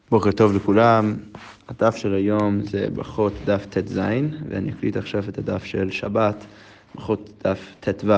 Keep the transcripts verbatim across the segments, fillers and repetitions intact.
בוקר טוב לכולם, הדף של היום זה ברכות דף ט"ז, ואני אקליט עכשיו את הדף של שבת, ברכות דף ט"ו.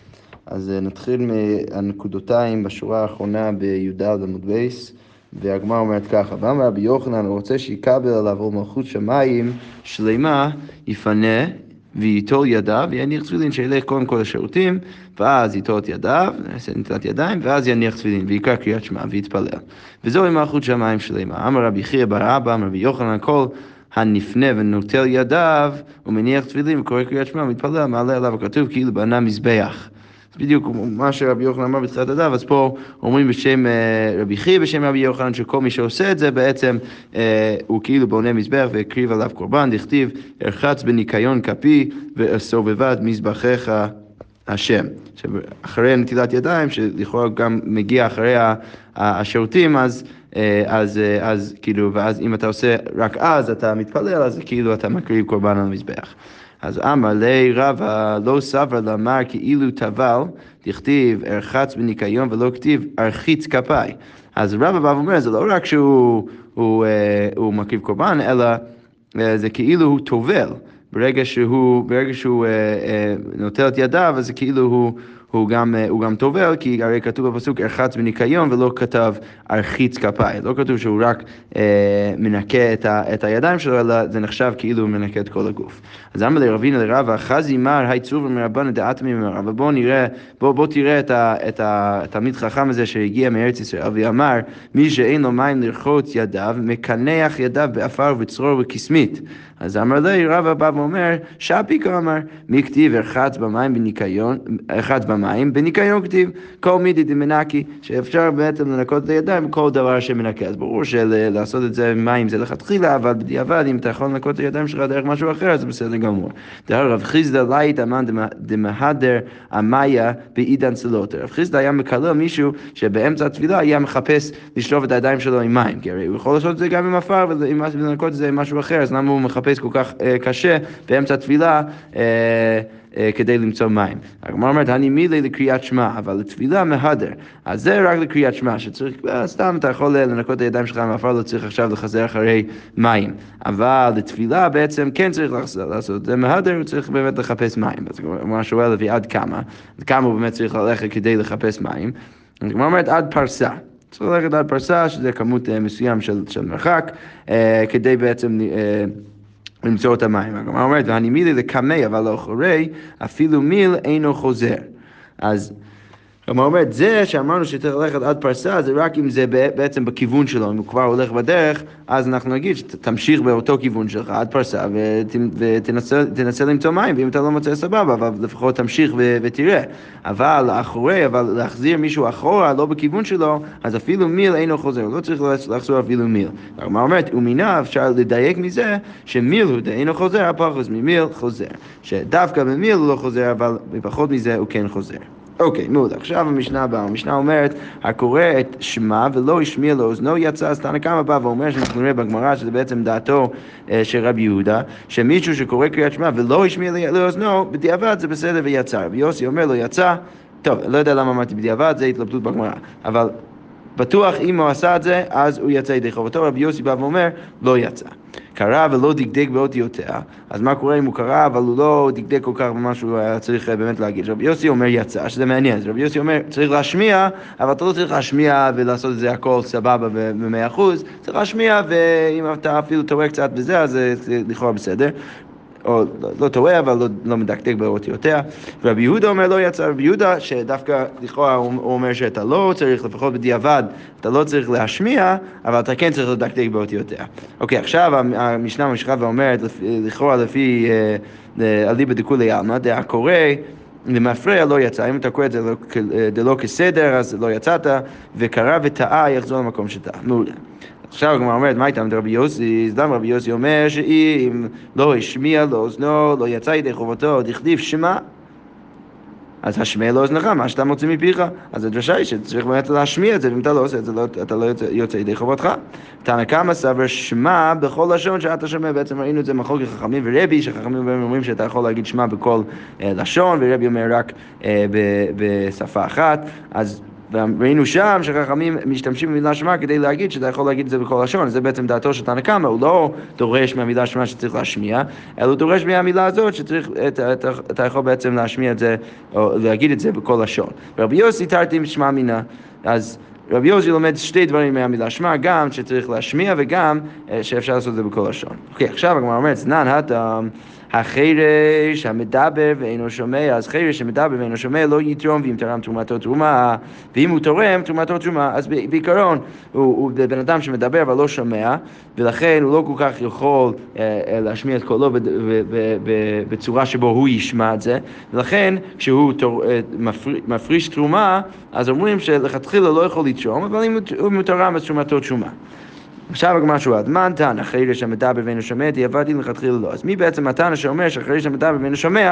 אז נתחיל מהנקודותיים בשורה האחרונה בי"ד עמוד בייס, והגמרא אומרת ככה: ואמר רבי יוחנן, הוא רוצה שיקבל עליו מלכות שמיים שלמה, יפנה וייטול ידיו ויניח תפילין, שילך קודם כל לשירותים, ואז ייטול את ידיו, יעשה נטילת ידיים, ואז יניח תפילין ויקרא קריאת שמע ויתפלל. וזוהי מלכות שמיים שלמה. אמר רבי חייא בר אבא, אמר רבי יוחנן, כל הנפנה ונוטל ידיו ומניח תפילין וקורא קריאת שמע ומתפלל, מעלה עליו הכתוב כאילו בנה מזבח. אז בדיוק מה שרבי יוחנן אמר בתחילת הדף, אז פה אומרים בשם רבי חייא, בשם רבי יוחנן, שכל מי שעושה את זה בעצם אה, הוא כאילו בונה מזבח והקריב עליו קורבן, דכתיב ארחץ בניקיון כפי וסובבת מזבחיך השם. אחרי נטילת ידיים, שלכאורה גם מגיע אחרי השירותים, אז, אז, אז כאילו, ואז אם אתה עושה רק אז, אתה מתפלל, אז כאילו אתה מקריב קורבן על המזבח. אז אמר לי רבא לא סבר לומר כאילו טבל, דכתיב ארחץ בניקיון ולא כתיב ארחיץ כפיי. אז רבא בא ואומר, זה לא רק שהוא הוא, הוא מקריב קורבן, אלא זה כאילו הוא טובל. ברגע שהוא, ברגע שהוא אה, אה, נוטל את ידיו, אז כאילו הוא, הוא גם, אה, הוא גם טובל, כי הרי כתוב בפסוק ארחץ בניקיון, ולא כתב ארחיץ כפיי. לא כתוב שהוא רק אה, מנקה את, ה, את הידיים שלו, אלא זה נחשב כאילו הוא מנקה את כל הגוף. אז אמר לרבינה לרבא, חזי מר היי צובר מרבנא דאתמי ממרא, אבל בוא נראה, בוא, בוא תראה את, ה, את התלמיד חכם הזה שהגיע מארץ ישראל, ואמר, מי שאין לו מים לרחוץ ידיו, מקנח ידיו באפר וצרור וכסמית. אז אמר לי רבא בא ואומר, שפי כאמר, מי כתיב ארחץ במים בניקיון, ארחץ במים, בניקיון כתיב, כל מידי דמנקי, שאפשר בעצם לנקות את הידיים, כל דבר שמנקה. אז ברור שלעשות את זה במים זה לכתחילה, אבל בדיעבד, אם אתה יכול לנקות את הידיים שלך דרך משהו אחר, זה בסדר גמור. דהר רב חיסדא לית אמן דמהדר המיה בעידן סלוטר. רב חיסדא היה מקלל מישהו שבאמצע התפילה היה מחפש לשלוף את הידיים שלו עם מים, כי הרי הוא יכול לעשות את זה גם עם עפר, ולנקות את זה עם משהו אחר, אז למה הוא מחפש כל כך uh, קשה באמצע התפילה uh, uh, כדי למצוא מים. הגמרא אומרת, אני מילי לקריאת שמע, אבל לתפילה מהדר. אז זה רק לקריאת שמע, שצריך, סתם אתה יכול לנקות את הידיים שלך עם עפר, לא צריך עכשיו לחזר אחרי מים. אבל לתפילה בעצם כן צריך לעשות, זה מהדר, הוא צריך באמת לחפש מים. אז הגמרא שואל לפי עד כמה, כמה הוא באמת צריך ללכת כדי לחפש מים. הגמרא אומרת, עד פרסה. צריך ללכת עד פרסה, שזה כמות uh, מסוים של, של מרחק, uh, כדי בעצם uh, למצוא את המים. הגמרא אומרת, ואני מילי לקמי, אבל לאחורי, אפילו מיל אינו חוזר. אז הגמרא אומרת, זה שאמרנו שצריך ללכת עד פרסה, זה רק אם זה בעצם בכיוון שלו. אם הוא כבר הולך בדרך, אז אנחנו נגיד שתמשיך באותו כיוון שלך עד פרסה, ותנסה למצוא מים, ואם אתה לא מוצא סבבה, אבל לפחות תמשיך ותראה. אבל לאחורי, אבל להחזיר מישהו אחורה, לא בכיוון שלו, אז אפילו מיל אינו חוזר, הוא לא צריך לחזור אפילו מיל. הגמרא אומרת, ומינה אפשר לדייק מזה, שמיל הוא אינו חוזר, הפחות ממיל חוזר. שדווקא במיל הוא לא חוזר, אבל בפחות מזה הוא כן חוזר. אוקיי, מעולה. עכשיו המשנה הבאה, המשנה אומרת, הקורא את שמע ולא השמיע לאוזנו יצא, אז תנא קמא בא ואומר שאנחנו נראה בגמרא, שזה בעצם דעתו אה, של רבי יהודה, שמישהו שקורא קריאת שמע ולא השמיע לאוזנו, בדיעבד זה בסדר ויצא. רבי יוסי אומר לו יצא, טוב, לא יודע למה אמרתי בדיעבד, זה התלבטות בגמרא, אבל בטוח אם הוא עשה את זה, אז הוא יצא ידי חובתו. רבי יוסי בא ואומר, לא יצא. קרא ולא דקדק באותיותיה, אז מה קורה אם הוא קרא, אבל הוא לא דקדק כל כך במה שהוא היה צריך באמת להגיד. רבי יוסי אומר יצא, שזה מעניין. רבי יוסי אומר, צריך להשמיע, אבל אתה לא צריך להשמיע ולעשות את זה הכל סבבה ב-מאה אחוז, צריך להשמיע, ואם אתה אפילו טועה קצת בזה, אז זה לכאורה בסדר. או לא, לא טועה, אבל לא, לא מדקדק באותיותיה. ורבי יהודה אומר לא יצא. רבי יהודה שדווקא לכאורה הוא אומר שאתה לא צריך, לפחות בדיעבד, אתה לא צריך להשמיע, אבל אתה כן צריך לדקדק באותיותיה. אוקיי, עכשיו המשנה ממשיכה ואומרת, לכאורה לפי אליבא דכולי עלמא, דעה קורא למפרע לא יצא. אם אתה קורא את זה לא כסדר, אז לא יצאת, וקרא וטעה יחזור למקום שטעה. מעולה. עכשיו הגמרא אומרת, מה איתם רבי יוסי? למה רבי יוסי אומר שאם לא השמיע לאוזנו, לא יצא ידי חובתו, דכתיב שמע, אז השמיע לאוזנך, מה שאתה מוציא מפיך. אז הדרשה היא שצריך באמת להשמיע את זה, ואם אתה לא עושה את זה, לא, אתה לא יוצא, יוצא ידי חובתך. תנא קמא סבר שמע בכל לשון שאתה שומע. בעצם ראינו את זה מחלוקת חכמים ורבי, שחכמים אומרים שאתה יכול להגיד שמע בכל אה, לשון, ורבי אומר רק אה, ב, בשפה אחת. אז וראינו שם שחכמים משתמשים במילה שמע כדי להגיד שאתה יכול להגיד את זה בכל לשון, זה בעצם דעתו של תנא קמא, הוא לא דורש מהמילה שמע שצריך להשמיע, אלא הוא דורש מהמילה הזאת שצריך, אתה, אתה, אתה יכול בעצם להשמיע את זה, או להגיד את זה בכל לשון. רבי יוסי תרתי משמע מינה, אז רבי יוסי לומד שתי דברים מהמילה שמע, גם שצריך להשמיע וגם שאפשר לעשות את זה בכל לשון. אוקיי, עכשיו הגמרא אומרת, סנן הטעם, החירש המדבר ואינו שומע, אז חירש שמדבר ואינו שומע לא יתרום, ואם תרם תרומתו תרומה, ואם הוא תורם תרומתו תרומה, אז בעיקרון הוא, הוא בן אדם שמדבר אבל לא שומע, ולכן הוא לא כל כך יכול אה, להשמיע את קולו בצורה שבו הוא ישמע את זה, ולכן כשהוא תור, אה, מפריש, מפריש תרומה, אז אומרים שלכתחילה לא יכול לתרום, אבל אם הוא תרם אז תרומתו תרומה. עכשיו הגמרא שואלת, מה התנא חירש המדבר ואינו שומע, דיעבד דין לכתחילה לא. אז מי בעצם התנא שאומר שהחירש המדבר ואינו שומע,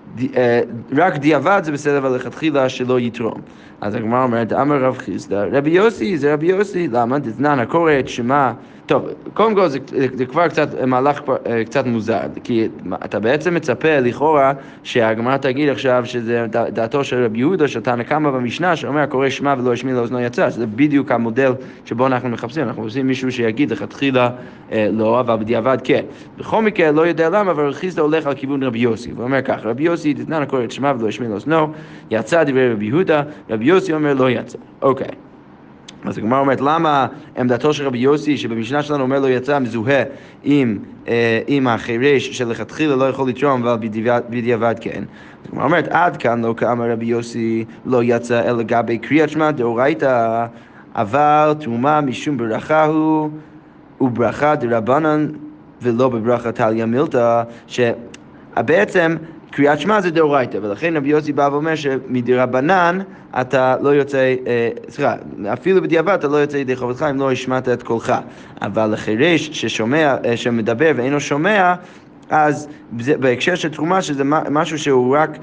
רק דיעבד זה בסדר, אבל לכתחילה שלא יתרום. אז הגמרא אומרת, אמר רב חיסדא, רבי יוסי, זה רבי יוסי, למה? דתנן הקורא את שמע, טוב, קודם כל זה, זה כבר קצת מהלך קצת מוזר, כי אתה בעצם מצפה לכאורה שהגמרא תגיד עכשיו שזה דעתו של רבי יהודה, שתנא קמא במשנה, שאומר הקורא שמע ולא ישמיע לאוזנו יצא, שזה בדיוק המודל שבו אנחנו מחפשים, אנחנו מחפשים מישהו שיגיד לכתחילה אה, לא, אבל בדיעבד כן. בכל מקרה לא יודע למה, אבל רב חיסדא הולך על כיוון רבי יוסי, הוא אומר כך, רבי יוסי דתנן הקורא את שמע ולא ישמיע לאוזנו, יצא דברי רבי יהודה, רבי יוסי אומר לא יצא. אוקיי. אז הגמרא אומרת, למה עמדתו של רבי יוסי, שבמשנה שלנו אומר לו יצא מזוהה עם, אה, עם החירש שלכתחילה לא יכול לתרום, אבל בדיעבד, בדיעבד כן. אז הגמרא אומרת, עד כאן לא כאמר רבי יוסי לא יצא אלא גבי קריאת שמע דאורייתא, אבל תרומה משום ברכה הוא, וברכה דרבנן ולא בברכה תליא מילתא, שבעצם קריאת שמע זה דאורייתא, ולכן רבי יוסי בא ואומר שמדרבנן אתה לא יוצא, סליחה, אפילו בדיעבד אתה לא יוצא ידי חובתך אם לא השמעת את קולך, אבל לחירש ששומע, שמדבר ואינו שומע, אז בהקשר של תרומה שזה משהו שהוא רק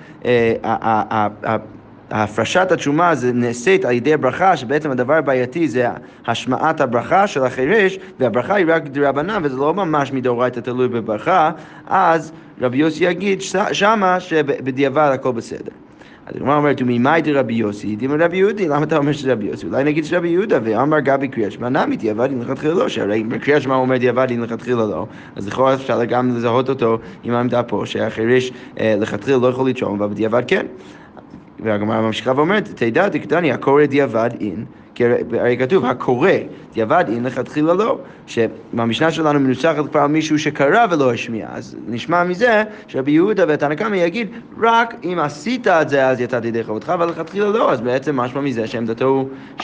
ההפרשת התשומה זה נעשית על ידי הברכה, שבעצם הדבר הבעייתי זה השמעת הברכה של החירש, והברכה היא רק דרבנן, וזה לא ממש מדאורייתא תלוי בברכה, אז רבי יוסי יגיד שמה שבדיעבד הכל בסדר. אז הגמרא אומרת, וממאי דרבי יוסי, דימה רבי יהודי, למה אתה אומר שזה רבי יוסי? אולי נגיד שרבי יהודה, ואמר גבי קריאת שמע, נמי דיעבד דין לכתחילה לא, שהרי בקריאת שמע הוא אומר דיעבד דין לכתחילה לא, אז לכאורה אפשר גם לזהות אותו עם העמדה פה, שהחירש לכתחילה לא יכול לתרום, אבל בדיעבד כן. והגמרא ממשיכה ואומרת, תדע דקדני, הקורא דיעבד אין, כי הרי כתוב, הקורא דיעבד אין לכתחילה לא, שבמשנה שלנו מנוסחת כבר מישהו שקרא ולא השמיע, אז נשמע מזה שרבי יהודה ותנא קמא יגיד, רק אם עשית את זה אז יצאת ידי חובתך, אבל לכתחילה לא, אז בעצם משמע מזה שעמדתו הוא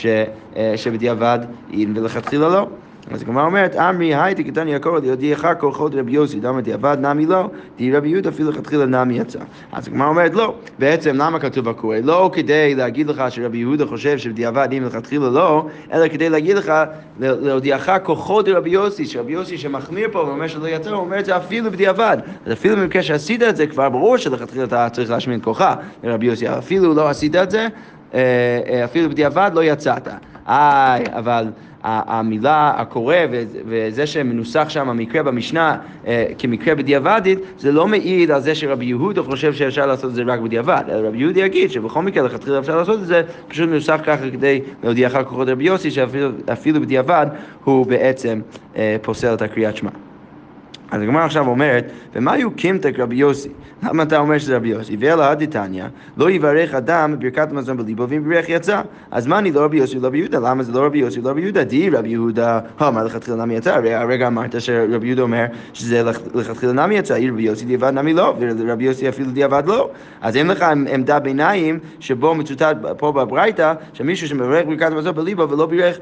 שבדיעבד אין ולכתחילה לא. אז הגמרא אומרת, אמרי הייתי קטני הקורא ליודיעך כוחות רבי יוסי, דמה דיעבד נמי לא, די רבי יהודה אפילו לכתחילה נמי יצא. אז הגמרא אומרת, לא, בעצם למה כתוב הקורא? לא כדי להגיד לך שרבי יהודה חושב שבדיעבד אם לכתחילה לא, אלא כדי להגיד לך, ליודיעך כוחות רבי יוסי, שרבי יוסי שמחמיר פה ואומר שלא יצא, הוא אומר את זה אפילו בדיעבד. אז אפילו במקרה שעשית את זה, כבר ברור שלכתחילה אתה צריך להשמיע את כוחה לרבי יוסי, אפילו לא עשית את זה, אפילו בדיעבד לא יצאת. איי, אבל המילה הקורא וזה שמנוסח שם המקרה במשנה כמקרה בדיעבדית, זה לא מעיד על זה שרבי יהודה חושב שאפשר לעשות את זה רק בדיעבד. רבי יהודה יגיד שבכל מקרה לכתחילה אפשר לעשות את זה, פשוט מנוסח ככה כדי להודיעך כוחות רבי יוסי, שאפילו בדיעבד הוא בעצם פוסל את הקריאת שמע. אז הגמרא עכשיו אומרת, ומה היו קימתק רבי יוסי? למה אתה אומר שזה רבי יוסי? ואלא הדתניא, לא יברך אדם בברכת מזון בליבו, ואם ברך יצא. אז מה אני לא רבי יוסי, לא רבי יהודה? למה זה לא רבי יוסי, לא רבי יהודה? די רבי יהודה, אמר לכתחילה נמי יצא, הרגע אמרת שרבי יהודה אומר שזה לכתחילה נמי יצא, רבי יוסי דיעבד נמי לא, ורבי יוסי אפילו דיעבד לא. אז אין לך עמדה ביניים שבו מצוטט פה בברייתא, שמישהו שמברך ברכת מזון בליבו ולא ברך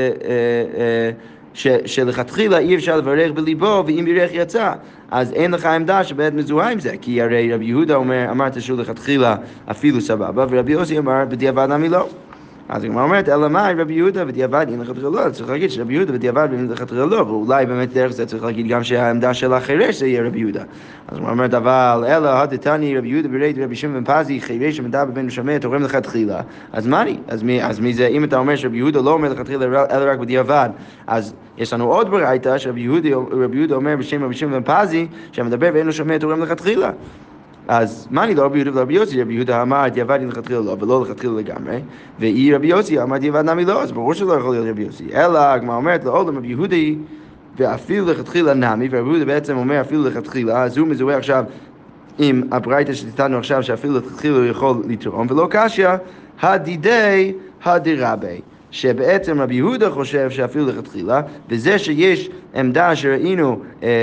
שלכתחילה אי אפשר לברך בליבו ואם בירך יצא, אז אין לך עמדה שבאמת מזוהה עם זה, כי הרי רבי יהודה אומר, אמרת שהוא לכתחילה אפילו סבבה, ורבי יוסי אמר בדיעבד נמי לא. אז הגמרא אומרת, אלא מה, רבי יהודה בדיעבד אין לכתחילה לא, צריך להגיד שרבי יהודה בדיעבד אין לכתחילה לא, ואולי באמת דרך זה צריך להגיד גם שהעמדה של החירש זה יהיה רבי יהודה. אז הגמרא אומרת, אבל אלא הדתני רבי יהודה ברד רבי שמעון בן פזי חירש שמדבר בן שומע תורם לכתחילה, אז מה אני? אז מי, אז מי זה, אם אתה אומר שרבי יהודה לא אומר לכתחילה אלא רק בדיעבד, אז יש לנו עוד ברייתא שרבי יהודה אומר בשם רבי שמעון בן פזי שמדבר ואין לו שומע תורם לכתחילה. אז מה אני לא רבי יהודה ורבי יוסי? רבי יהודה אמר דיעבד לכתחילה לא, ולא לכתחילה לגמרי, ואי רבי יוסי אמר דיעבד נמי לא, אז ברור שלא יכול להיות רבי יוסי. אלא הגמרא אומרת לעולם רבי יהודה ואפילו לכתחילה נמי, ורבי יהודה בעצם אומר אפילו לכתחילה, אז הוא מזוהה עכשיו עם הברייתא שתיתנו עכשיו, שאפילו לכתחילה הוא יכול לתרום, ולא קשיא הדידי הדירבי. שבעצם רבי יהודה חושב שאפילו לכתחילה, וזה שיש עמדה שראינו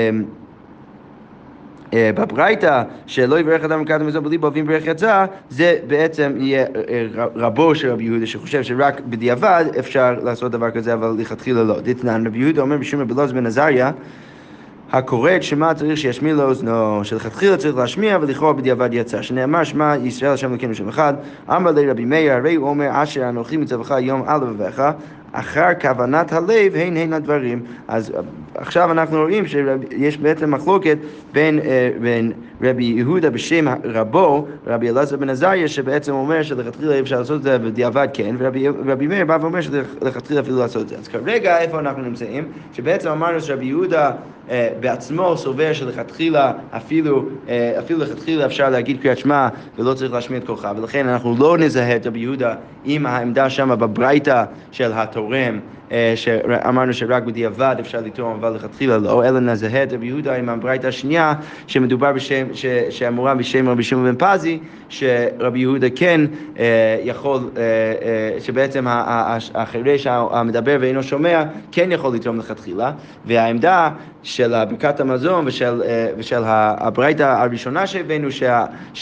בברייתא שלא יברך אדם מקדם מזון בלי בו ואם ברך יצא, זה בעצם יהיה רבו של רבי יהודה שחושב שרק בדיעבד אפשר לעשות דבר כזה, אבל לכתחילה לא. דתנן רבי יהודה אומר בשם רבי אלעזר בן עזריה, הקורא את שמע צריך שישמיע לאוזנו, שלכתחילה צריך להשמיע ולכאורה בדיעבד יצא, שנאמר שמע ישראל השם אלוקינו שם אחד. אמר לי רבי מאיר, הרי הוא אומר אשר אנוכי מצווך יום על לבביך, אחר כוונת הלב הן הן הדברים. אז עכשיו אנחנו רואים שיש בעצם מחלוקת בין, בין רבי יהודה בשם רבו, רבי אלעזר בן עזריה, שבעצם אומר שלכתחילה אפשר לעשות את זה בדיעבד כן, ורבי מאיר בא ואומר שלכתחילה אפילו לעשות את זה. אז כרגע איפה אנחנו נמצאים? שבעצם אמרנו שרבי יהודה בעצמו סובר שלכתחילה אפילו, אפילו לכתחילה אפשר להגיד קריאת שמע ולא צריך להשמיע את קולך, ולכן אנחנו לא נזהה את רבי יהודה עם העמדה שם בברייתא של התורם, שאמרנו שרק בדיעבד אפשר לתרום אבל לכתחילה לא, אלא נזהה את רבי יהודה עם הברייתא השנייה שמדובר בשם, שאמורה בשם רבי שמעון בן פזי, שרבי יהודה כן יכול, שבעצם החירש המדבר ואינו שומע כן יכול לתרום לכתחילה, והעמדה של ברכת המזון ושל, ושל הברייתא הראשונה שהבאנו שה,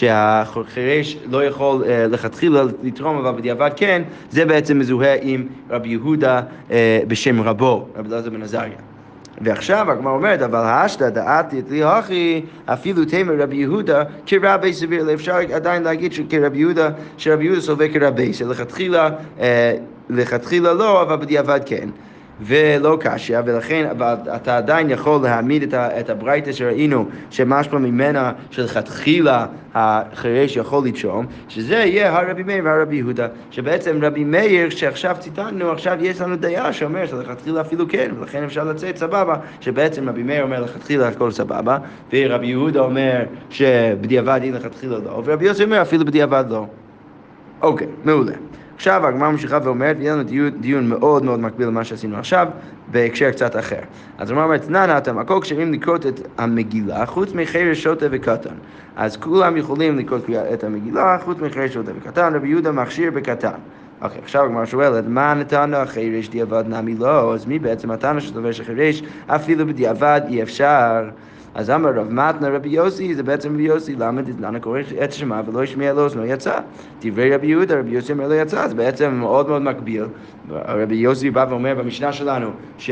שהחירש לא יכול לכתחילה לתרום אבל בדיעבד כן, זה בעצם מזוהה עם רבי יהודה בשם רבו, רבי אלעזר בן עזריה. ועכשיו הגמרא אומרת, אבל האשתא דעתי את לי הכי, אפילו תימא רבי יהודה כרבי סביר, אפשר עדיין להגיד שכרבי יהודה, שרבי יהודה סובר כרבי, שלכתחילה, לכתחילה לא, אבל בדיעבד כן. ולא קשיא, ולכן אתה עדיין יכול להעמיד את, את הברייתא שראינו שמשמע ממנה שלכתחילה החירש יכול לתרום, שזה יהיה הרבי מאיר והרבי יהודה, שבעצם רבי מאיר שעכשיו ציטטנו, עכשיו יש לנו דעה שאומר שלכתחילה אפילו כן, ולכן אפשר לצאת סבבה, שבעצם רבי מאיר אומר לכתחילה הכל סבבה, ורבי יהודה אומר שבדיעבד היא לכתחילה לא, ורבי יוסי אומר אפילו בדיעבד לא. אוקיי, מעולה. עכשיו הגמרא ממשיכה ואומרת, ויהיה לנו דיון, דיון מאוד מאוד מקביל למה שעשינו עכשיו, בהקשר קצת אחר. אז הגמרא אומרת, נא אתם, הכל כשרים לקרות את המגילה, חוץ מחירש שוטה וקטן. אז כולם יכולים לקרות את המגילה, חוץ מחירש שוטה וקטן, רבי יהודה מכשיר בקטן. אוקיי, עכשיו הגמרא שואלת, מה נתנו החירש דיעבד נמי לא? אז מי בעצם נתנו שדובר שחירש אפילו בדיעבד אי אפשר? אז אמר רב מתנה רבי יוסי, זה בעצם רבי יוסי, למה דתנן הקורא את שמע ולא ישמיע לאוזנו יצא? דברי רבי יהודה, רבי יוסי אומר לא יצא, זה בעצם מאוד מאוד מקביל. רבי יוסי בא ואומר במשנה שלנו,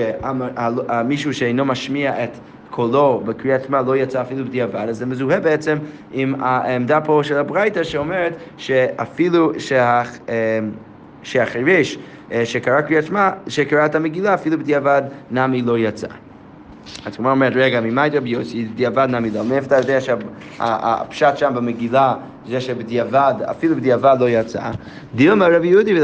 שמישהו שאינו משמיע את קולו בקריאת שמע לא יצא אפילו בדיעבד, אז זה מזוהה בעצם עם העמדה פה של הברייתא שאומרת שאפילו שה... שהחירש שקרא קריאת שמע, שקרא את המגילה, אפילו בדיעבד נמי לא יצא. אז כמו אומרת, רגע, ממאי רבי יוסי, דיעבד נמי לא, מאיפה אתה יודע שהפשט שם במגילה, זה שבדיעבד, אפילו בדיעבד לא יצא. דילמה רבי יהודי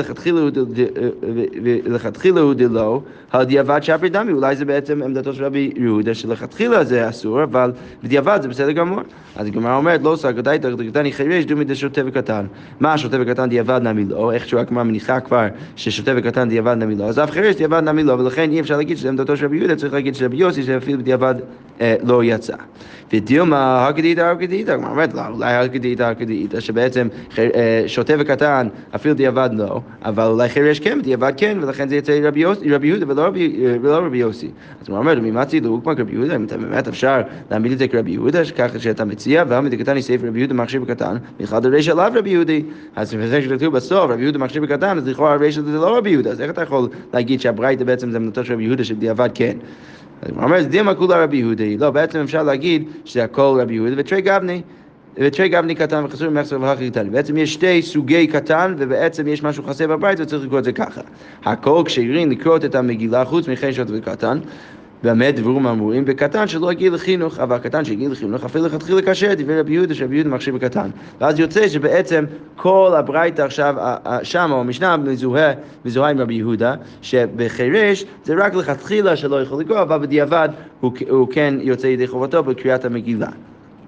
ולכתחילה הוא דלא, הדיעבד שפר דמי, אולי זה בעצם עמדתו של רבי יהודה, שלכתחילה זה אסור, אבל בדיעבד זה בסדר גמור. אז הגמרא אומרת, לא עושה גדאי, תקטני חירש, דומי דשוטה וקטן. מה שוטה וקטן דיעבד נמי לא? איך שהוא הגמרא מניחה כבר ששוטה וקטן דיעבד נמי לא, אז אף חירש דיעבד נמי לא, ולכן אי אפשר להגיד שזה עמדתו של רבי יהודה, צריך להגיד שרבי יוסי שאפילו בדיעבד לא יצא. ודילמה, הקדידה, הקדידה, כמו אומרת לה, אולי הקדידה, הקדידה, שבעצם שוטה וקטן, אפילו דיעבד לא, אבל אולי חירש כן, דיעבד כן, ולכן זה יצא רבי יהודה ולא רבי יוסי. אז הוא אומר, ממה צילו, כמו רבי יהודה, אם אתה באמת אפשר להעמיד את זה כרבי יהודה, ככה שאתה מציע, והעמיד הקטן יסייף רבי יהודה מכשיר בקטן, מיוחד הריש עליו רבי יהודי. אז זה שכתוב בסוף, רבי יהודה מכשיר בקטן, אז לכאורה הריש זה לא רבי יהודה. אז איך אתה יכול להגיד שהברייתא בעצם זה עמדתו של רבי יהודה שדיעבד כן? אז הוא אומר, זה דימה כולה רבי יהודי. לא, בעצם אפשר להגיד שזה הכל רבי יהודי, ותרי גבני, ותרי גבני קטן וחסר מחסר והכי קטן. בעצם יש שתי סוגי קטן, ובעצם יש משהו חסר בברייתא, וצריך לקרוא את זה ככה. הכל כשרים לקרות את המגילה, חוץ מחירש וקטן, באמת דבורים אמורים בקטן שלא הגיע לחינוך, אבל הקטן שהגיע לחינוך אפילו לכתחילה כאשר דברי רבי יהודה שרבי יהודה מכשיר בקטן. ואז יוצא שבעצם כל הברייתא עכשיו שם, או המשנה מזוהה, מזוהה עם רבי יהודה, שבחירש זה רק לכתחילה שלא יכול לקרוא, אבל בדיעבד הוא, הוא כן יוצא ידי חובתו בקריאת המגילה.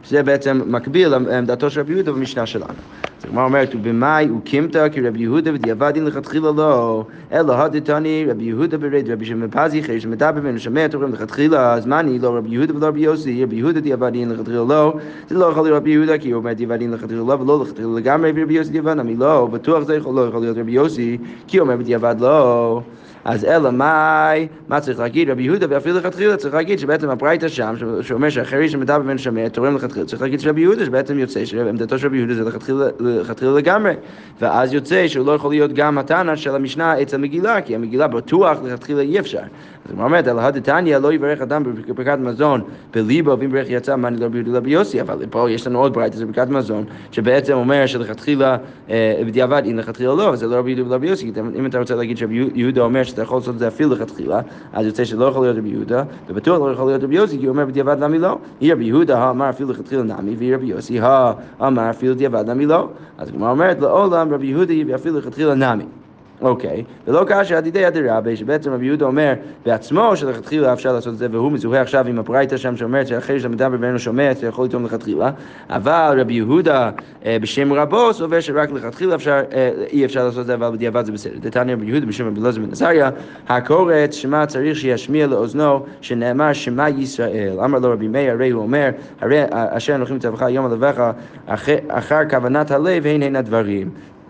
שזה בעצם מקביל לעמדתו של רבי יהודה במשנה שלנו. אז הגמרא אומרת, ובמאי וקימתא כרבי יהודה בדיעבד דין לכתחילה לא, אלא הדתני רבי יהודה ברד רבי שמעון פזי חרש מדבר ממנו שומע תורם לכתחילה, אז מאני לא רבי יהודה ולא רבי יוסי, רבי יהודה דיעבד דין לכתחילה לא, זה לא יכול להיות רבי יהודה כי הוא אומר דיעבד דין לכתחילה לא ולא לכתחילה לגמרי, ורבי יוסי דיעבד נמי לא, בטוח זה לא יכול להיות רבי יוסי כי הוא אומר בדיעבד לא. אז אלא מאי, מה צריך להגיד? רבי יהודה ואפילו לכתחילה צריך להגיד שבעצם הברייתא שם, שאומר שאחרי שמדבר בן שמע תורם לכתחילה, צריך להגיד שרבי יהודה שבעצם יוצא שעמדתו של רבי יהודה זה לכתחילה לגמרי, ואז יוצא שהוא לא יכול להיות גם התנא של המשנה אצל מגילה, כי המגילה בטוח לכתחילה אי אפשר. אז הוא אומר, אלא הדתניא לא יברך אדם בברכת מזון בליבו, ואם ברך יצא מאני לרבי יהודה לרבי יוסי, אבל פה יש לנו עוד ברייתא, זה ברכת מזון, שבעצם אומר שלכתחילה בדיעבד אם לכתחילה לא, וזה לא רבי יהודה ולרבי יוסי, אם אתה רוצה להגיד שרבי יהודה אומר שאתה יכול לעשות את זה אפילו לכתחילה, אז יוצא שלא יכול להיות רבי יהודה, ובטוח לא יכול להיות רבי יוסי, כי הוא אומר בדיעבד נמי לא. היא רבי יהודה אמר אפילו לכתחילה נמי, והיא רבי יוסי אמר אפילו בדיעבד נמי לא. אז הגמרא אומרת לעולם רבי יהודה ואפילו לכתחילה נמי. אוקיי, ולא כאשר עדידי הדרבי, שבעצם רבי יהודה אומר בעצמו שלכתחילה אפשר לעשות את זה, והוא מזוהה עכשיו עם הברייתא שם שאומרת שאחרי שמדבר בינינו שומע, זה יכול לטעון לכתחילה, אבל רבי יהודה בשם רבו סובר שרק לכתחילה אפשר, אי אפשר לעשות את זה, אבל בדיעבד זה בסדר. דתניא רבי יהודה בשם רבי אלעזר בן עזריה, הקוראת שמע צריך שישמיע לאוזנו, שנאמר שמע ישראל. אמר לו רבי מאיר, הרי הוא אומר, הרי אשר אנוכי מצווך יום הלבך, אחר כוונת הלב הן הן הדברים.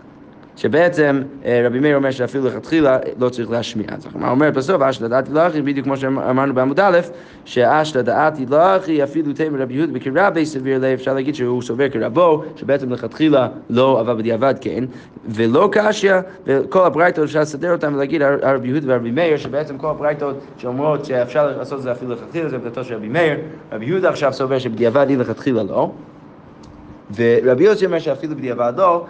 שבעצם רבי מאיר אומר שאפילו לכתחילה לא צריך להשמיע. אז הוא אומר בסוף, אשתא דעתי לאחי, בדיוק כמו שאמרנו בעמוד א', שאשתא דעתי לאחי, אפילו תימא רבי יהודה בקרבי סביר ליה, אפשר להגיד שהוא סובר כרבו, שבעצם לכתחילה לא, אבל בדיעבד כן, ולא קשיא, וכל הברייתות אפשר לסדר אותם ולהגיד רבי יהודה ורבי מאיר, שבעצם כל הברייתות שאומרות שאפשר לעשות את זה אפילו לכתחילה, זה עמדתו של רבי מאיר. רבי יהודה עכשיו סובר שבדיעבד היא לכתחילה לא, ורבי יוסי אומר שאפילו בדיעבד לא.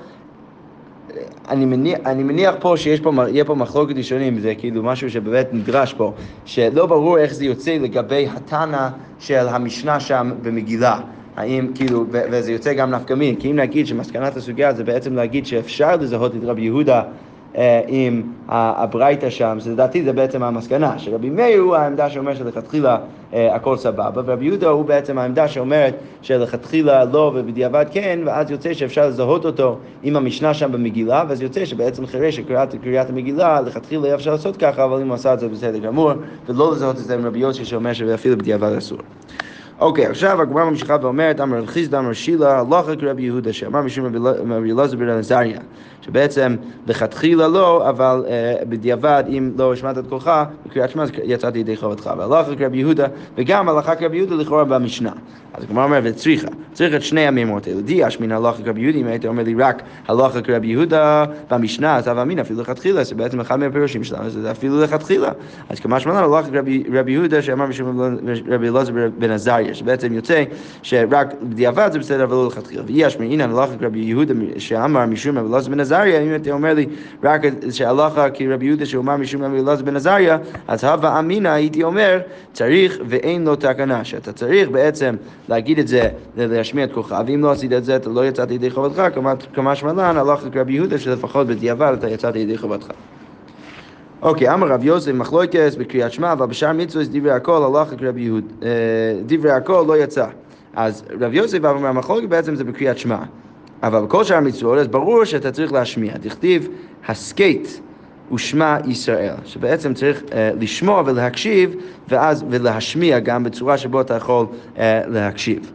אני מניח, אני מניח פה שיש פה, יהיה פה מחלוקת ראשונים, זה כאילו משהו שבאמת נדרש פה, שלא ברור איך זה יוצא לגבי התנא של המשנה שם במגילה. האם כאילו, וזה יוצא גם נפקא מינה, כי אם נגיד שמסקנת הסוגיה זה בעצם להגיד שאפשר לזהות את רבי יהודה עם הברייתא שם, זה לדעתי זה בעצם המסקנה, שרבי מאיר הוא העמדה שאומר שלכתחילה הכל סבבה, ורבי יהודה הוא בעצם העמדה שאומרת שלכתחילה לא ובדיעבד כן, ואז יוצא שאפשר לזהות אותו עם המשנה שם במגילה, ואז יוצא שבעצם אחרי שקריאת קריאת המגילה, לכתחילה אפשר לעשות ככה, אבל אם הוא עשה את זה בסדר גמור, ולא לזהות את זה עם רבי יוסי שאומר שאפילו בדיעבד אסור. אוקיי, עכשיו הגמרא ממשיכה ואומרת, אמר רב חיסדא אמר שילה, הלכה כרבי יהודה, שאמר משום רבי אלעזר בן עזריה, שבעצם לכתחילה לא, אבל uh, בדיעבד, אם לא השמעת את קולך, בקריאת שמע יצאתי ידי חובתך, והלכה כרבי יהודה, וגם הלכה כרבי יהודה לכאורה במשנה. אז הגמרא אומר, וצריכה, צריך את שני המימות האלה, דיאש מן הלכה כרבי יהודה, אם היית אומר לי רק הלכה כרבי יהודה במשנה, אז אמין אפילו לכתחילה, זה בעצם אחד מהפירושים שלנו, זה אפילו לכתחילה. אז כמה שמענו, הלכה כרבי יהודה, שאמר משום רבי אלעזר בן עזריה, שבעצם יוצא שרק בדיעבד זה בסדר ולא לכתחילה. ויש מעינן הלכה כרבי יהודה שאמר משום רבי אלעזר בן עזריה, אם אתה אומר לי רק שהלכה כרבי יהודה שאומר משום רבי אלעזר בן עזריה, אז הווה אמינא הייתי אומר צריך ואין לו תקנה, שאתה צריך בעצם להגיד את זה, להשמיע את כוחך, ואם לא עשית את זה אתה לא יצאת ידי חובתך, כמה שמלן הלכה כרבי יהודה שלפחות בדיעבד אתה יצאת ידי חובתך. אוקיי, אמר רב יוסף מחלוקת בקריאת שמע, אבל בשאר מצוות דברי הכל הלכה כרבי יהודה, דברי הכל לא יצא. אז רב יוסף אומר המחלוקת בעצם זה בקריאת שמע, אבל בכל שאר מצוות אז ברור שאתה צריך להשמיע. תכתיב הסקט ושמע ישראל, שבעצם צריך uh, לשמוע ולהקשיב, ואז ולהשמיע גם בצורה שבו אתה יכול uh, להקשיב.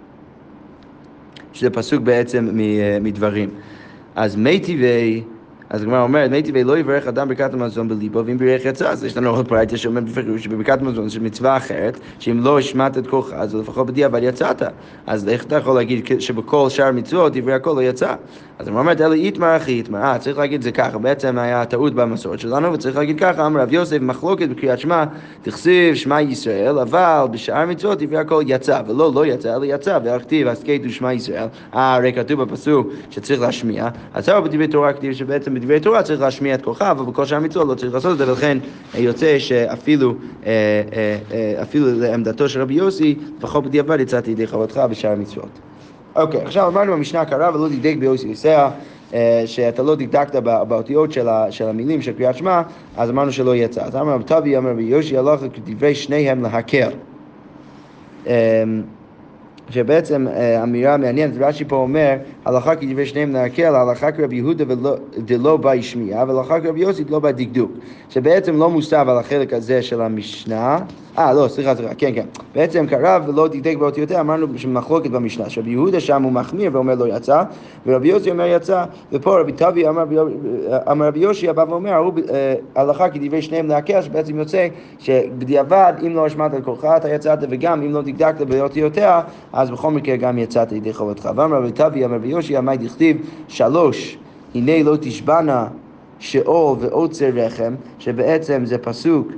שזה פסוק בעצם מ, uh, מדברים. אז מי טבעי, אז הגמרא אומרת, מי טבעי לא יברך אדם ברכת המזון בליבו, ואם ברך יצא, אז יש לנו עוד ברייתא שאומר בפירוש שבברכת המזון של מצווה אחרת, שאם לא השמעת את קולך, אז לפחות בדיעבד יצאת. אז איך אתה יכול להגיד שבכל שאר מצוות דברי הכל לא יצא? אז הגמרא אומרת, אלה יתמר אחי יתמר, אה, צריך להגיד זה ככה, בעצם היה טעות במסורת שלנו, וצריך להגיד ככה, אמר רב יוסף מחלוקת בקריאת שמע, תכסיב שמע ישראל, אבל בשאר מצוות דברי הכל יצא, ולא לא יצא, אלא יצא, והכתיב הסקט ושמע ישראל, אה, הרי כתוב בפסוק שצריך להשמיע, אז עכשיו בדברי תורה כתיב שבעצם בדברי תורה צריך להשמיע את כוחו, אבל בכל שאר מצוות לא צריך לעשות את זה, ולכן יוצא שאפילו אפילו לעמדתו של רבי יוסי, לפחות בדיעבד יצאתי ידי חובתך בשאר מצוות. אוקיי, עכשיו אמרנו במשנה הקרה ולא דקדק ביוסי יסע, שאתה לא דקדקת באותיות של המילים של קריאת שמע, אז אמרנו שלא יצא. אז אמר רב טבי, אמר רבי יושי, הלכה כדברי שניהם להקל. שבעצם אמירה מעניינת, רש"י פה אומר, הלכה כדברי שניהם להקל, הלכה כרבי יהודה דלא בא השמיעה, והלכה כרבי יוסי דלא בא דקדוק. שבעצם לא מוסב על החלק הזה של המשנה, אה, לא, סליחה, סליחה, כן, כן. בעצם קרב ולא דקדק באותיותיה, אמרנו שמחלוקת במשנה, שרבי יהודה שם הוא מחמיר ואומר לא יצא, ורבי יוסי אומר יצא, ופה רבי טבי אמר רבי יושי, הבא ואומר, הלכה כדברי שניהם להקל, שבעצם יוצא שבדיעבד, אם לא השמעת על כורך, אתה יצאת, וגם אם לא דקדקת באותיותיה, אז בכל מקרה גם יצאת ידי חובתך. ואמר רבי טבי, אמר רבי יושי, עמי דכתיב שלוש, הנה לא תשבנה שאול ועוצר רחם, שבעצם זה פסוק,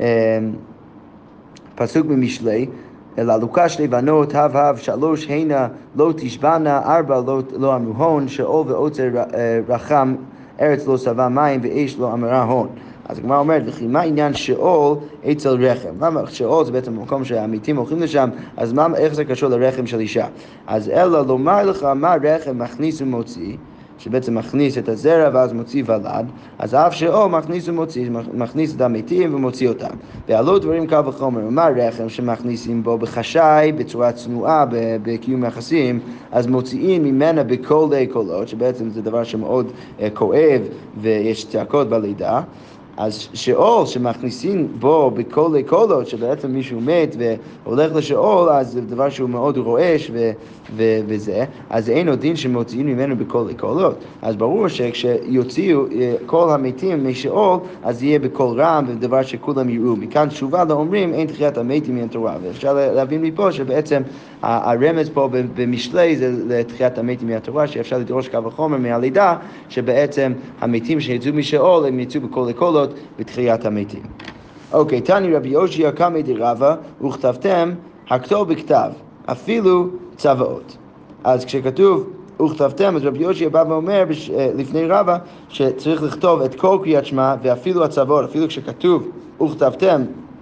פסוק במשלי, אלא לוקה שתי בנות, הב הב, שלוש הנה לא תשבנה, ארבע לא, לא אמרו הון, שאול ועוצר רחם, ארץ לא שבע מים ואש לא אמרה הון. אז הגמרא אומרת, וכי מה עניין שאול אצל רחם? למה שאול זה בעצם מקום שהעמיתים הולכים לשם, אז מה, איך זה קשור לרחם של אישה? אז אלא לומר לך מה רחם מכניס ומוציא, שבעצם מכניס את הזרע ואז מוציא ולד, אז אף שאול מכניס ומוציא, מכניס את המתים ומוציא אותם. ועלו דברים קל וחומר, מה רחם שמכניסים בו בחשאי, בצורה צנועה, בקיום יחסים, אז מוציאים ממנה בקולי קולות, שבעצם זה דבר שמאוד uh, כואב ויש צעקות בלידה, אז שאול שמכניסים בו בקולי קולות, שבעצם מישהו מת והולך לשאול, אז זה דבר שהוא מאוד רועש ו- ו- וזה, אז אין עוד דין שמוציאים ממנו בקולי קולות. אז ברור שכשיוציאו כל המתים משאול, אז יהיה בקול רם ודבר שכולם יראו. מכאן תשובה לאומרים, אין תחיית המתים מן התורה. ואפשר להבין מפה שבעצם הרמז פה במשלי זה לתחיית המתים מן התורה, שאפשר לדרוש קו החומר מהלידה, שבעצם המתים שיצאו משאול הם יצאו בקולי קולות בתחיית המתים. אוקיי, תני רבי יושי קמא דרבא וכתבתם הכתוב בכתב, אפילו צוואות. אז כשכתוב וכתבתם, אז רבי יושי בא ואומר לפני רבא שצריך לכתוב את כל קריאת שמע ואפילו הצוואות, אפילו כשכתוב וכתבתם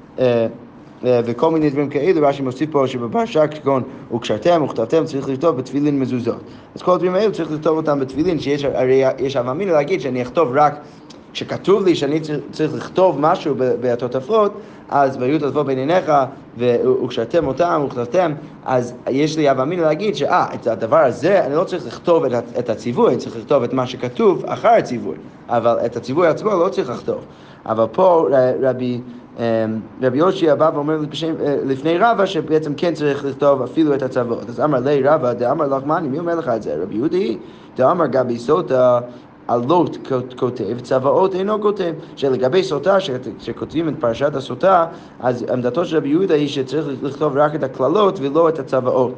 וכל מיני דברים כאלו, רש"י מוסיף פה שבפרשה כגון וקשרתם וכתבתם צריך לכתוב בתפילין מזוזות. אז כל הדברים האלו צריך לכתוב אותם בתפילין, שיש הרי יש הווה אמינא להגיד שאני אכתוב רק כשכתוב לי שאני צריך לכתוב משהו בתותפות, אז והיו תותפות בין עיניך וקשרתם אותם וכתבתם, אז יש לי הווה אמינא להגיד שאה, את הדבר הזה אני לא צריך לכתוב את, את הציווי, אני צריך לכתוב את מה שכתוב אחר הציווי, אבל את הציווי עצמו לא צריך לכתוב. אבל פה רבי רבי יושי בא ואומר לפני רבא שבעצם כן צריך לכתוב אפילו את הצוואות. אז אמר לי רבא, דאמר לך מני, מי אומר לך את זה? רבי יהודי, דאמר גבי סוטה, עלות כותב, צוואות אינו כותב. שלגבי סוטה, שכותבים את פרשת הסוטה, אז עמדתו של רבי יהודה היא שצריך לכתוב רק את הכללות ולא את הצוואות.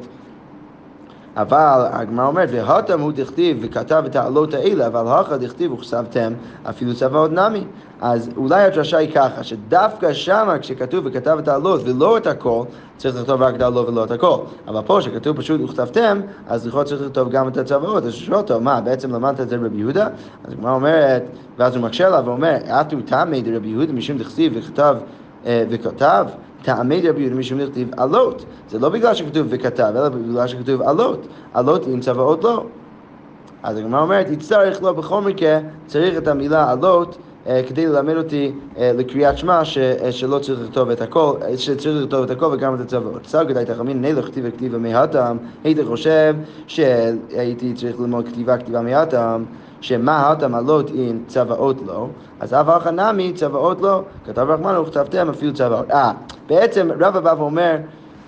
אבל הגמרא אומרת, והתם הוא דכתיב וכתב את העלות האלה, אבל הכא דכתיב וכתבתם אפילו צוואות נמי. אז אולי הדרשה היא ככה, שדווקא שמה כשכתוב וכתב את העלות ולא את הכל, צריך לכתוב רק את העלות ולא את הכל. אבל פה שכתוב פשוט וכתבתם, אז לכאורה צריך לכתוב גם את הצוואות. אז שואל אותו, מה, בעצם למדת את זה רבי יהודה? אז הגמרא אומרת, ואז הוא מקשה לה ואומר, אתו תמי דרבי יהודה משום דכתיב וכתב וכתב, תעמי רבי יהודה משום דכתיב עלות. זה לא בגלל שכתוב וכתב, אלא בגלל שכתוב עלות. עלות עם צוואות לא. אז הגמרא אומרת, יצטרך לו בכל מקרה, צריך את המילה עלות, כדי ללמד אותי לקריאת שמע שלא צריך לכתוב את הכל, שצריך לכתוב את הכל וגם את הצוואות. סגד היית חמין, נלך כתיבה כתיבה מהתם, הייתי חושב שהייתי צריך ללמוד כתיבה כתיבה מהתם, שמה התם עלות עם צוואות לא, אז אף אחר נמי צוואות לא, כתב רחמנו וכתבתם אפילו צוואות. אה, בעצם רבא בא ואומר,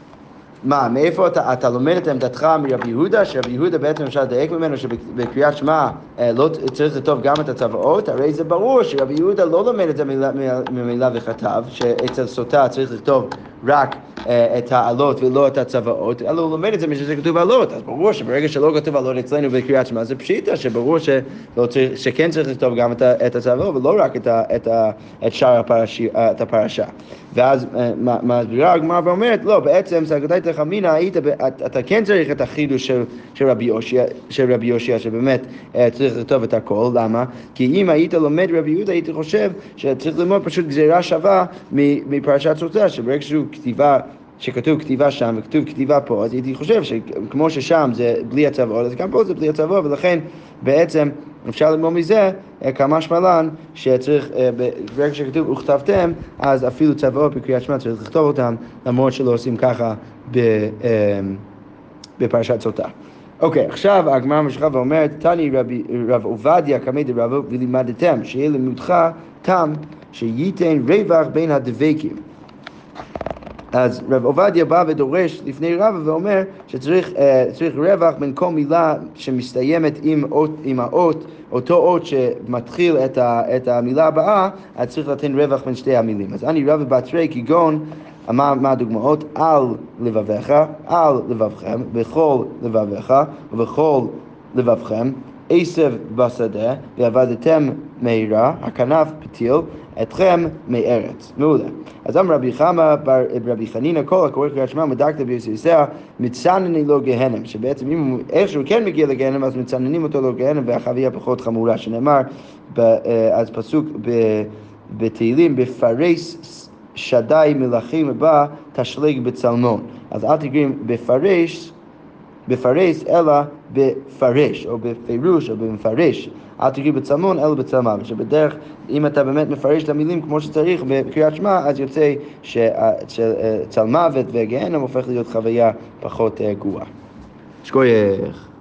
מה, מאיפה אתה, אתה לומד את עמדתך מרבי יהודה, שרבי יהודה בעצם אפשר לדייק ממנו שבקריאת שמע לא צריך לכתוב גם את הצוואות? הרי זה ברור שרבי יהודה לא לומד את זה ממילה וכתב, שאצל סוטה צריך לכתוב רק את העלות ולא את הצוואות, אלא הוא לומד את זה משזה כתוב עלות. אז ברור שברגע שלא כתוב עלות אצלנו בקריאת שמע, זה פשיטה שברור שכן צריך לכתוב גם את הצוואות ולא רק את שאר הפרשה. ואז מסבירה הגמרא ואומרת, לא, בעצם סגדי תחמינה, אתה כן צריך את החידוש של רבי יושע, שבאמת צריך לכתוב את הכל. למה? כי אם היית לומד רבי יהודה, הייתי חושב שצריך ללמוד פשוט גזירה שווה מפרשת סוטה, שברגע שהוא כתיבה, שכתוב כתיבה שם וכתוב כתיבה פה, אז הייתי חושב שכמו ששם זה בלי הצוואות, אז גם פה זה בלי הצוואות, ולכן בעצם אפשר ללמוד מזה כמה שמלן שצריך, ברגע שכתוב וכתבתם, אז אפילו צוואות בקריאת שמע צריך לכתוב אותם, למרות שלא עושים ככה בפרשת סוטה. אוקיי, עכשיו הגמרא ממשיכה ואומרת, תני רבי, רב עובדיה קמי דרבו ולימדתם, שיהיה לימודך תם שייתן רווח בין הדבקים. אז רב עובדיה בא ודורש לפני רבא ואומר שצריך צריך רווח בין כל מילה שמסתיימת עם, אות, עם האות, אותו אות שמתחיל את, ה, את המילה הבאה, אז צריך לתת רווח בין שתי המילים. אז אני רבא בתרי כגון, מה, מה הדוגמאות? על לבביך, על לבבכם, בכל לבביך ובכל לבבכם, עשב בשדה ועבדתם מהירה, הכנף פתיל, אתכם מארץ. מעולה. אז אמר רבי חמא בר רבי חנינא כל הקורא קריאת שמע מדקתא ביוססיה מצנני לו גהנם, שבעצם אם הוא איכשהו כן מגיע לגהנם אז מצננים אותו לו גהנם והחביה פחות חמורה, שנאמר אז פסוק בתהילים בפרס שדי מלכים בא תשלג בצלמון. אז אל תגרים בפרש בפרס אלא בפרש או בפירוש או במפרש, אל תגרי בצלמון אלא בצלמה, שבדרך אם אתה באמת מפרש את המילים כמו שצריך בקריאת שמע אז יוצא שצלמוות וגהנם הופך להיות חוויה פחות גרועה. שכוייך.